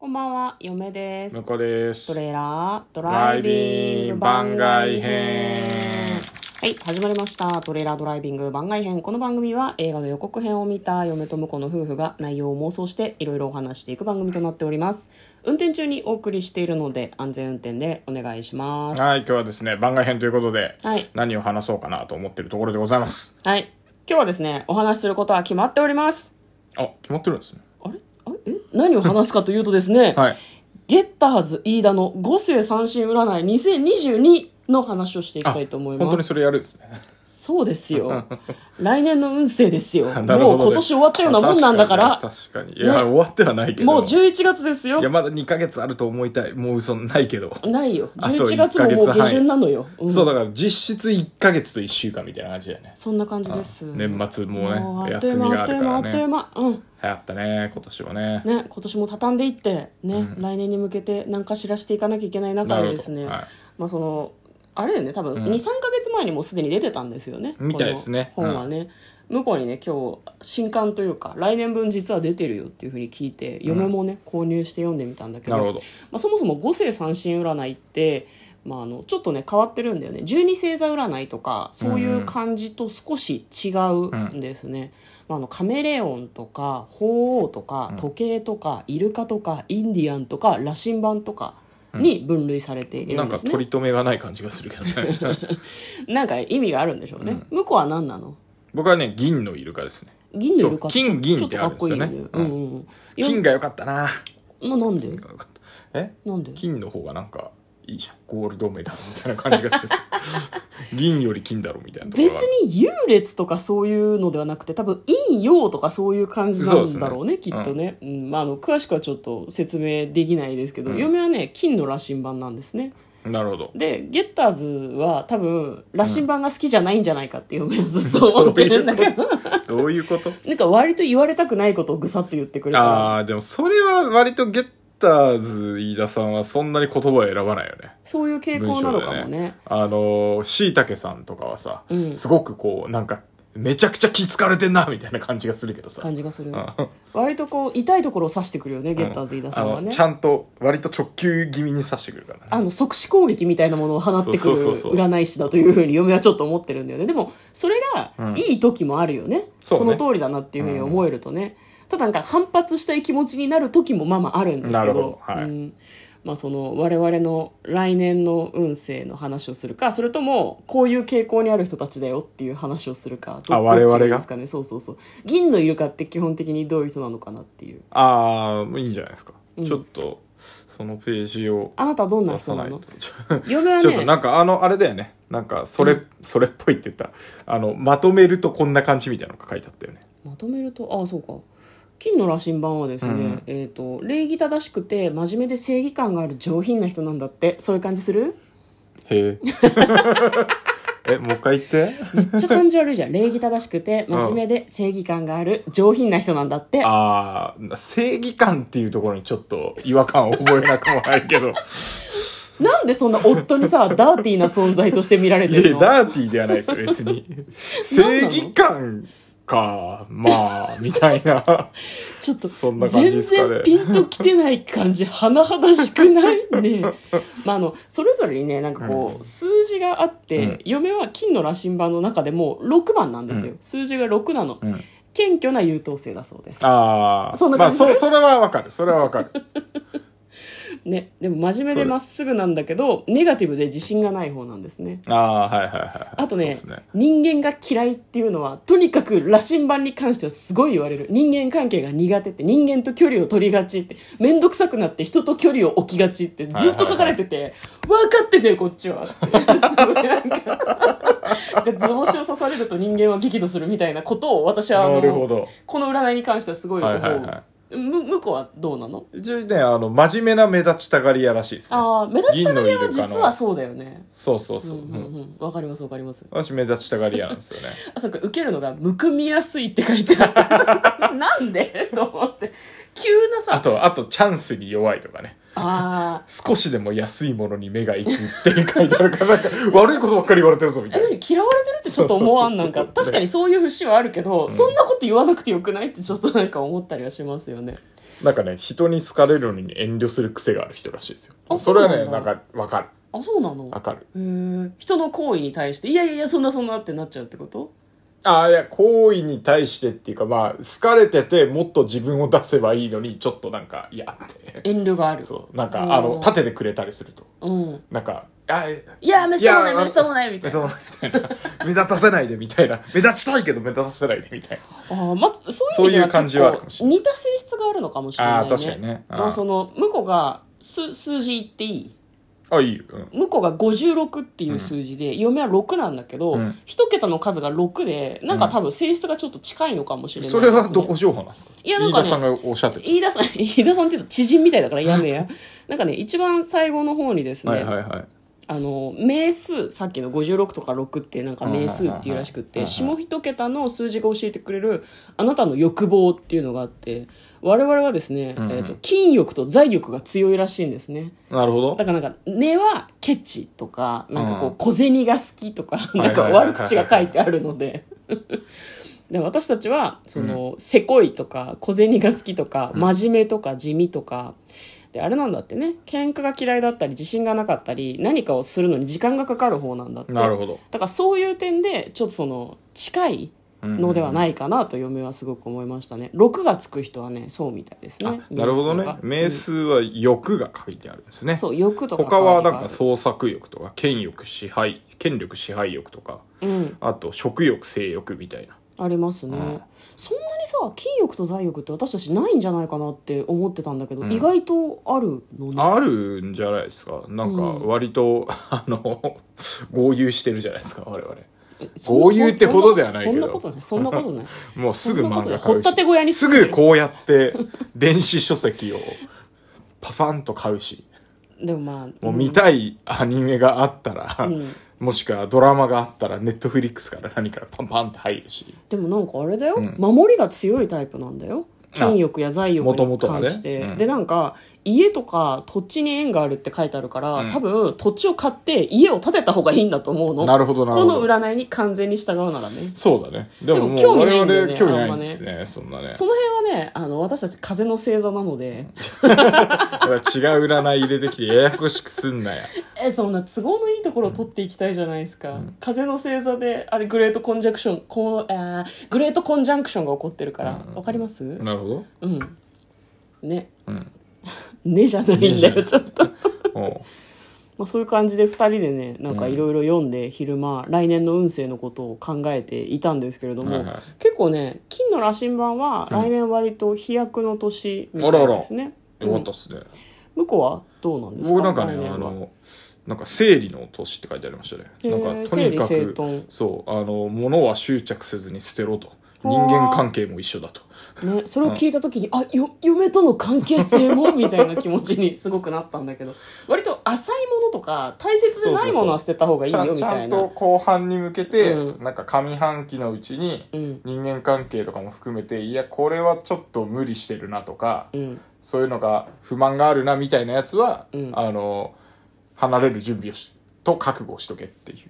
こんばんは、嫁です。 向こうです。 トレーラードライビング番外編。はい、始まりました。トレーラードライビング番外編。この番組は映画の予告編を見た嫁と婿の夫婦が内容を妄想していろいろお話していく番組となっております。運転中にお送りしているので安全運転でお願いします。 はい、今日はですね、番外編ということで、 はい、 何を話そうかなと思っているところでございます。 はい、今日はですね、お話しすることは決まっております。 あ、決まってるんですね。 あれ何を話すかというとですね、 はい、 ゲッターズ飯田の五世三神占い2022の話をしていきたいと思います。 本当にそれやるんですね。 そうですよ。来年の運勢ですよ。 なるほどね、 もう今年終わったようなもんなんだから。 確かに。いや、ね、終わってはないけど。 もう11月ですよ。 いや、まだ2ヶ月あると思いたい。もう嘘ないけど。 ないよ。11月ももう下旬なのよ。 そう、だから実質1ヶ月と1週間みたいな感じだよね。 そんな感じです。 年末もね、 もう休みがあるからね。 あっという間。うん。 流行ったね、今年はね。 ね、今年も畳んでいって、ね、来年に向けて何かしらしていかなきゃいけない中でですね。はい、まあその、あれだよね、多分、2、3ヶ月前にもうすでに出てたんですよね。 みたいですね。 本はね。向こうにね、今日、新刊というか、来年分実は出てるよっていうふうに聞いて、嫁もね、購入して読んでみたんだけど、 なるほど。 まあ、そもそも五星三神占いって、まあ、ちょっとね、変わってるんだよね。十二星座占いとか、そういう感じと少し違うんですね。まあ、カメレオンとか、鳳凰とか、時計とか、イルカとか、インディアンとか、羅針盤とか、に分類されているんですね。 なんか取り留めがない感じがするけどね。 なんか意味があるんでしょうね。向こうは何なの？ 僕はね、銀のイルカですね。 銀のイルカって金ってあるんですよね。金が良かったな。 なんで？ なんで？金の方がなんかいいじゃん。ゴールドメダルみたいな感じがしてさ。銀より金だろみたいなところ。 別に優劣とかそういうのではなくて、多分陰陽とかそういう感じなんだろうね、きっとね。まあ詳しくはちょっと説明できないですけど、嫁はね、金の羅針盤なんですね。 なるほど。 で、ゲッターズは多分、羅針盤が好きじゃないんじゃないかって嫁はずっと思ってるんだけど。 どういうことなんか割と言われたくないことをぐさっと言ってくれた。 ああ、でもそれは割とゲッターズ飯田さんはそんなに言葉を選ばないよね。 そういう傾向なのかもね。 しいたけさんとかはさ、すごくこう、なんか、めちゃくちゃ気疲れてんなみたいな感じがするけどさ。 感じがする。割とこう痛いところを刺してくるよね、ゲッターズ飯田さんはね。 ちゃんと割と直球気味に刺してくるからね。 即死攻撃みたいなものを放ってくる占い師だというふうに嫁はちょっと思ってるんだよね。でもそれがいい時もあるよね。その通りだなっていうふうに思えるとね。ただなんか反発したい気持ちになる時もまあまああるんですけど。まあ、その我々の来年の運勢の話をするか、それともこういう傾向にある人たちだよっていう話をするか、 我々がですかね。そう。銀のイルカって基本的にどういう人なのかなっていう。 いいんじゃないですか。ちょっとそのページをあなたはどんな人なの？嫁はね、 ちょっとなんかあれだよね。なんかそれっぽいって言ったらまとめるとこんな感じみたいなのが書いてあったよね。 まとめるとそうか。金の羅針盤はですね、礼儀正しくて真面目で正義感がある上品な人なんだって。そういう感じする？ へえ。もう一回言って。 めっちゃ感じ悪いじゃん。礼儀正しくて真面目で正義感がある上品な人なんだって。 正義感っていうところにちょっと違和感を覚えなくもないけど。 なんでそんな夫にさ、ダーティーな存在として見られてるの？ いや、ダーティーではないですよ、別に。正義感か、まあ、みたいな。 ちょっと、 そんな感じですかね。 全然ピンときてない感じ、甚だしくないね。まあ、それぞれにね、なんかこう、数字があって、嫁は金の羅針盤の中でも6番なんですよ。数字が6なの。謙虚な優等生だそうです。 そんな感じ。まあ、それはわかる。それはわかる。 ね、でも真面目でまっすぐなんだけどネガティブで自信がない方なんですね。あと ね、人間が嫌いっていうのはとにかく羅針盤に関してはすごい言われる。人間関係が苦手って、人間と距離を取りがちって、めんどくさくなって人と距離を置きがちってずっと書かれてて、分かってねこっちはってすごいなんか図星を刺されると人間は激怒するみたいなことを私はこの占いに関してはすごい思う。向こうはどうなの？ 一応ね、真面目な目立ちたがり屋らしいですね。 目立ちたがり屋は実はそうだよね。 そう。 わかります。 私目立ちたがり屋なんですよね。 そうか、受けるのがむくみやすいって書いてある。なんでと思って。急なさ。 あとチャンスに弱いとかね。少しでも安いものに目がいくって書いてあるから、なんか悪いことばっかり言われてるぞみたいな。 嫌われてるってちょっと思わんなんか。確かにそういう節はあるけど、そんなこと言わなくてよくないってちょっとなんか思ったりはしますよね。 なんかね、人に好かれるのに遠慮する癖がある人らしいですよ。それはね、なんかわかる。 あ、そうなの？ わかる。 人の行為に対して、いやいや、そんなってなっちゃうってこと？ いや、行為に対してっていうか、まあ、好かれてて、もっと自分を出せばいいのに、ちょっっとなんか、いやって。 遠慮がある。 そう。なんか、立ててくれたりすると。なんか、いや、 めっそうもない、めっそうもない、みたいな。 目立たせないで、みたいな。目立ちたいけど、目立たせないで、みたいな。 そういう感じはあるかもしれない。 似た性質があるのかもしれないね。 確かにね。 向こうが、数字言っていい？ いいよ。 向こうが56っていう数字で、嫁は6なんだけど、一桁の数が6で、なんか多分性質がちょっと近いのかもしれない、 それはどこ情報なんですか？ いや、なんか、 飯田さんがおっしゃってる。 飯田さんって言うと知人みたいだからやめや。なんかね、一番最後の方にですね、名数、さっきの56とか6ってなんか名数っていうらしくって、下一桁の数字が教えてくれるあなたの欲望っていうのがあって、我々はですね、金欲と財欲が強いらしいんですね。 なるほど。 だからなんか、根はケチとか、なんかこう、小銭が好きとか、なんか悪口が書いてあるので。で私たちは、せこいとか、小銭が好きとか、真面目とか、地味とか、であれなんだってね、喧嘩が嫌いだったり自信がなかったり何かをするのに時間がかかる方なんだって。 なるほど。 だからそういう点でちょっと近いのではないかなと嫁はすごく思いましたね。6がつく人はねそうみたいですね。 なるほどね。名数は欲が書いてあるんですね。 そう、欲とか他はなんか創作欲とか権力支配欲とか、あと食欲性欲みたいなありますね。そんなにさ、金欲と財欲って私たちないんじゃないかなって思ってたんだけど、意外とあるのね。 あるんじゃないですか。なんか割と、豪遊してるじゃないですか、我々。豪遊ってことではないけど。 そんなことない。 もうすぐ漫画買うし。 掘ったて小屋にすぐこうやって電子書籍をパパンと買うし。 でもまあ、 もう見たいアニメがあったら、もしくはドラマがあったらネットフリックスから何からパンパンって入るし。 でもなんかあれだよ、守りが強いタイプなんだよ。金欲や財欲に関して、でなんか家とか土地に縁があるって書いてあるから、多分土地を買って家を建てた方がいいんだと思うの。 なるほどなるほど。 この占いに完全に従うならね。 そうだね。でももう興味ないんだよね。 興味ないですね。そんなね。 その辺はね、私たち風の星座なので違う占い入れてきてややこしくすんなや。 そんな都合のいいところを取っていきたいじゃないですか。風の星座であれグレートコンジャンクションが起こってるからわかります？ なるほど。 ね。ねじゃないんだよ、ちょっと。まあそういう感じで2人でね、なんかいろいろ読んで昼間、来年の運勢のことを考えていたんですけれども、結構ね、金の羅針盤は来年割と飛躍の年みたいですね。 よかったっすね。 向こうはどうなんですか？ 僕なんかね、なんか生理の年って書いてありましたね。なんかとにかく、そう、物は執着せずに捨てろと。人間関係も一緒だと。 ね、それを聞いた時に、嫁との関係性もみたいな気持ちにすごくなったんだけど、割と浅いものとか大切じゃないものは捨てた方がいいよみたいな。 ちゃんと後半に向けて、なんか上半期のうちに人間関係とかも含めて、いやこれはちょっと無理してるなとか、そういうのが不満があるなみたいなやつは、離れる準備をと覚悟しとけっていう。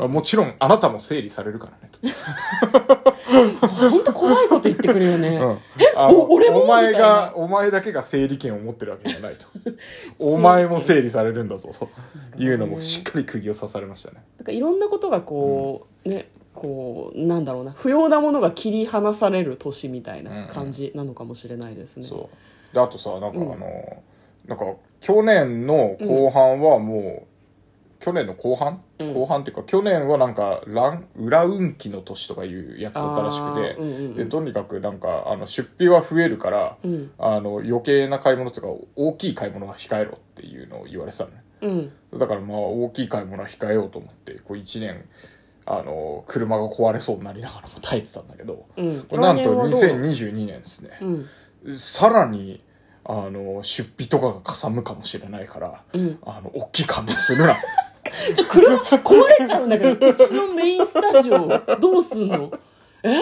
もちろんあなたも整理されるからねと。 本当怖いこと言ってくるよね。 俺もお前だけが整理権を持ってるわけじゃないと。お前も整理されるんだぞというのもしっかり釘を刺されましたね。 なんかいろんなことがこう、ね、こうなんだろうな、不要なものが切り離される年みたいな感じなのかもしれないですね。 そうであとさ、なんかなんか去年の後半はもう、去年の後半っていうか去年はなんか裏運気の年とかいうやつだったらしくて、でとにかくなんか出費は増えるから、余計な買い物とか大きい買い物は控えろっていうのを言われてたのね、だからまあ大きい買い物は控えようと思ってこう1年車が壊れそうになりながらも耐えてたんだけど、なんと2022年ですね、さらに出費とかがかさむかもしれないから、大きい買い物するな。 車壊れちゃうんだけど、うちのメインスタジオどうすんの？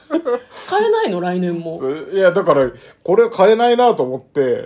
買えないの来年も。 いや、だから、これ買えないなと思って、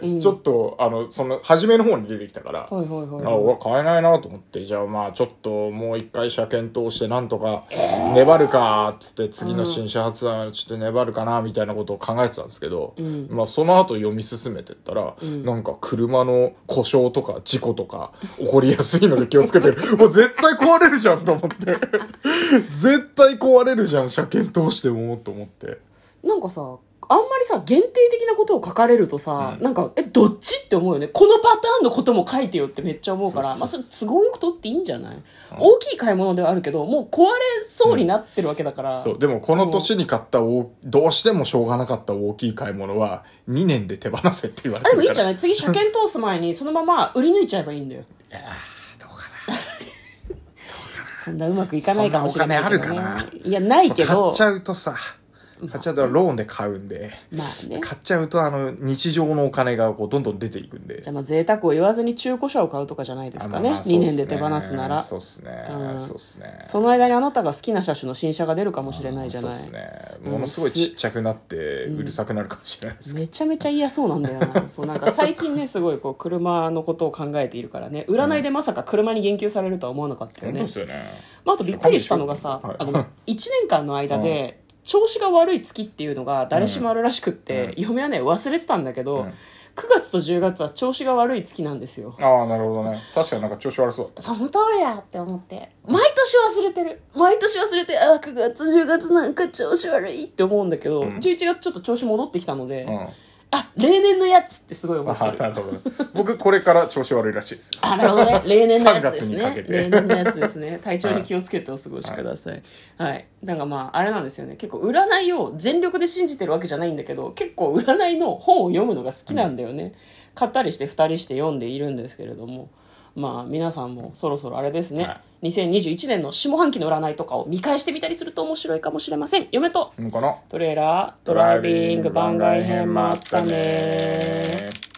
うん、 ちょっと、初めの方に出てきたから、 はいはいはい、 俺買えないなと思って、じゃあまあちょっともう一回車検通してなんとか粘るか、つって次の新車発売までちょっと粘るかな、みたいなことを考えてたんですけど、まあその後読み進めてったら、なんか車の故障とか事故とか起こりやすいので気をつけてる。もう絶対壊れるじゃんと思って。絶対壊れるじゃん、車検通してもと思って。 なんかさ、あんまりさ、限定的なことを書かれるとさ、なんか、どっちって思うよね。このパターンのことも書いてよってめっちゃ思うから、まあそれ都合よく取っていいんじゃない？大きい買い物ではあるけど、もう壊れそうになってるわけだから。 そう、でもこの年に買ったどうしてもしょうがなかった大きい買い物は、2年で手放せって言われてるから。 でもいいんじゃない？次車検通す前にそのまま売り抜いちゃえばいいんだよ。 いやー、どうかな。 そんなうまくいかないかもしれないけどね。 そんなお金あるかな。 いや、ないけど。 買っちゃうとさ、買っちゃうとローンで買うんで、 まあね、 買っちゃうと日常のお金がこうどんどん出ていくんで。 じゃあまあ贅沢を言わずに中古車を買うとかじゃないですかね。2年で手放すなら。 そうっすね。そうっすね。 その間にあなたが好きな車種の新車が出るかもしれないじゃない。 そうっすね。ものすごいちっちゃくなってうるさくなるかもしれないですけど、 めちゃめちゃ嫌そうなんだよな。そうなんか最近ねすごいこう車のことを考えているからね、占いでまさか車に言及されるとは思わなかったよね。 本当ですよね。 まあ、あとびっくりしたのがさ、 はい、 1年間の間で、調子が悪い月っていうのが誰しもあるらしくって、嫁はね忘れてたんだけど、9月と10月は調子が悪い月なんですよ。 ああ、なるほどね。確かになんか調子悪そうだった。 その通りだって思って、毎年忘れてる。毎年忘れて、9月10月なんか調子悪いって思うんだけど、11月ちょっと調子戻ってきたので、例年のやつってすごい思ってる。 なるほど。僕これから調子悪いらしいですよ。 なるほどね。例年のやつですね。 3月にかけて例年のやつですね。体調に気をつけてお過ごしください。はい。なんかまあ、あれなんですよね。結構占いを全力で信じてるわけじゃないんだけど、結構占いの本を読むのが好きなんだよね。買ったりして2人して読んでいるんですけれども。まあ皆さんもそろそろあれですね、2021年の下半期の占いとかを見返してみたりすると面白いかもしれません。嫁とトレーラードライビング番外編もあったね。